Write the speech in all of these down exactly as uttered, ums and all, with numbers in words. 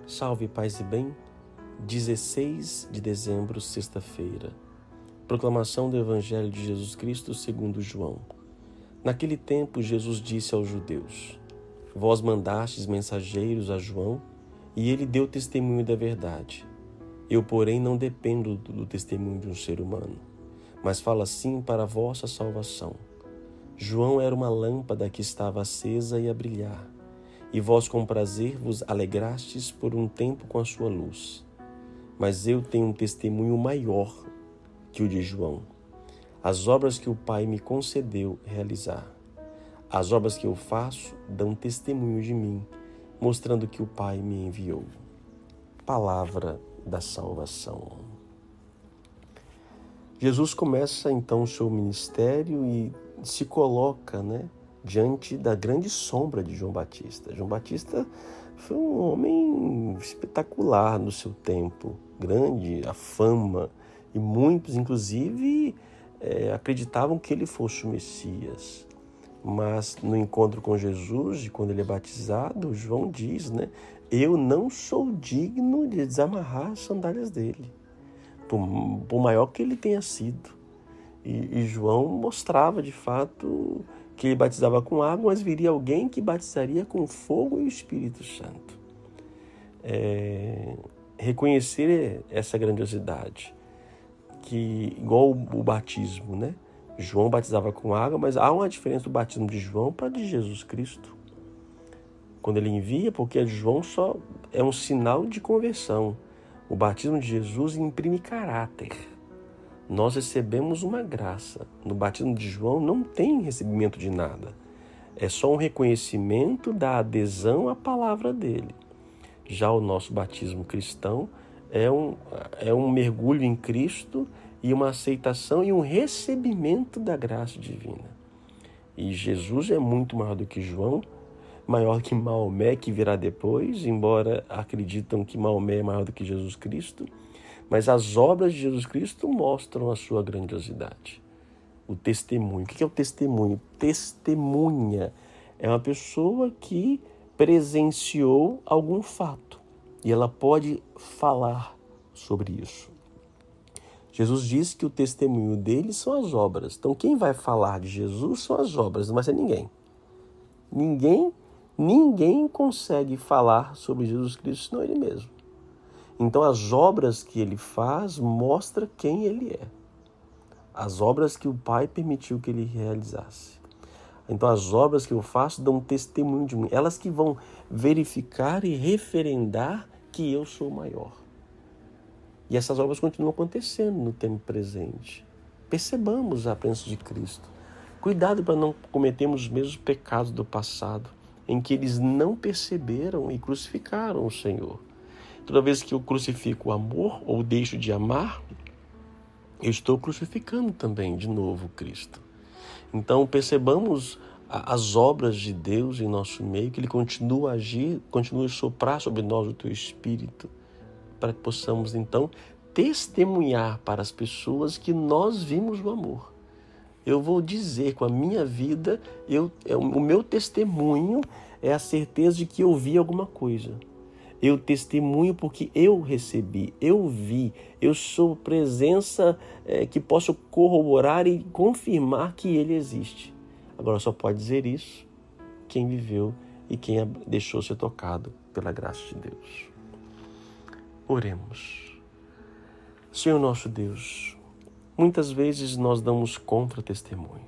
Salve, paz e bem. dezesseis de dezembro, sexta-feira. Proclamação do Evangelho de Jesus Cristo segundo João. Naquele tempo, Jesus disse aos judeus: Vós mandastes mensageiros a João, e ele deu testemunho da verdade. Eu, porém, não dependo do testemunho de um ser humano, mas falo assim para a vossa salvação. João era uma lâmpada que estava acesa e a brilhar, e vós com prazer vos alegrastes por um tempo com a sua luz. Mas eu tenho um testemunho maior que o de João, as obras que o Pai me concedeu realizar. As obras que eu faço dão testemunho de mim, mostrando que o Pai me enviou. Palavra da salvação. Jesus começa então o seu ministério e se coloca, né, diante da grande sombra de João Batista. João Batista foi um homem espetacular no seu tempo, grande, a fama, e muitos, inclusive, é, acreditavam que ele fosse o Messias. Mas no encontro com Jesus, quando ele é batizado, João diz, né, eu não sou digno de desamarrar as sandálias dele, por, por maior que ele tenha sido. E, e João mostrava, de fato, que ele batizava com água, mas viria alguém que batizaria com fogo e o Espírito Santo. É, reconhecer essa grandiosidade, que igual o, o batismo, né? João batizava com água, mas há uma diferença do batismo de João para de Jesus Cristo. Quando ele envia, porque João só é um sinal de conversão. O batismo de Jesus imprime caráter. Nós recebemos uma graça. No batismo de João não tem recebimento de nada. É só um reconhecimento da adesão à palavra dele. Já o nosso batismo cristão é um, é um mergulho em Cristo e uma aceitação e um recebimento da graça divina. E Jesus é muito maior do que João, maior que Maomé, que virá depois, embora acreditam que Maomé é maior do que Jesus Cristo. Mas as obras de Jesus Cristo mostram a sua grandiosidade. O testemunho. O que é o testemunho? Testemunha é uma pessoa que presenciou algum fato e ela pode falar sobre isso. Jesus disse que o testemunho dele são as obras. Então quem vai falar de Jesus são as obras, não vai ser ninguém. Ninguém, ninguém consegue falar sobre Jesus Cristo senão ele mesmo. Então as obras que ele faz mostram quem ele é. As obras que o Pai permitiu que ele realizasse. Então as obras que eu faço dão testemunho de mim. Elas que vão verificar e referendar que eu sou maior. E essas obras continuam acontecendo no tempo presente. Percebamos a presença de Cristo. Cuidado para não cometermos os mesmos pecados do passado, em que eles não perceberam e crucificaram o Senhor. Toda vez que eu crucifico o amor ou deixo de amar, eu estou crucificando também de novo Cristo. Então percebamos as obras de Deus em nosso meio, que Ele continua a agir, continua a soprar sobre nós o Teu Espírito, para que possamos então testemunhar para as pessoas que nós vimos o amor. Eu vou dizer com a minha vida, eu, o meu testemunho é a certeza de que eu vi alguma coisa. Eu testemunho porque eu recebi, eu vi, eu sou presença é, que posso corroborar e confirmar que ele existe. Agora só pode dizer isso quem viveu e quem deixou ser tocado pela graça de Deus. Oremos. Senhor nosso Deus, muitas vezes nós damos contra-testemunho.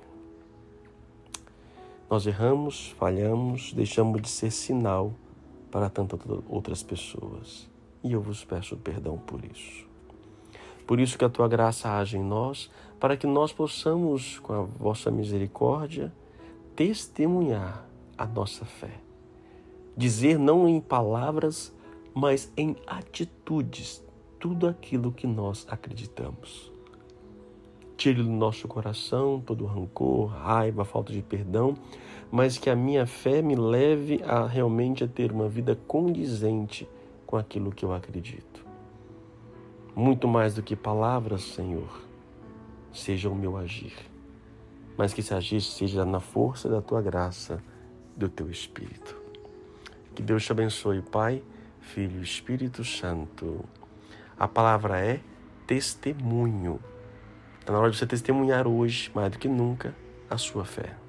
Nós erramos, falhamos, deixamos de ser sinal para tantas outras pessoas. E eu vos peço perdão por isso. Por isso que a tua graça age em nós, para que nós possamos, com a vossa misericórdia, testemunhar a nossa fé. Dizer não em palavras, mas em atitudes, tudo aquilo que nós acreditamos. Tire do nosso coração todo rancor, raiva, falta de perdão, mas que a minha fé me leve a realmente a ter uma vida condizente com aquilo que eu acredito. Muito mais do que palavras, Senhor, seja o meu agir, mas que esse agir seja na força da Tua graça, do Teu Espírito. Que Deus te abençoe, Pai, Filho e Espírito Santo. A palavra é testemunho. Está na hora de você testemunhar hoje, mais do que nunca, a sua fé.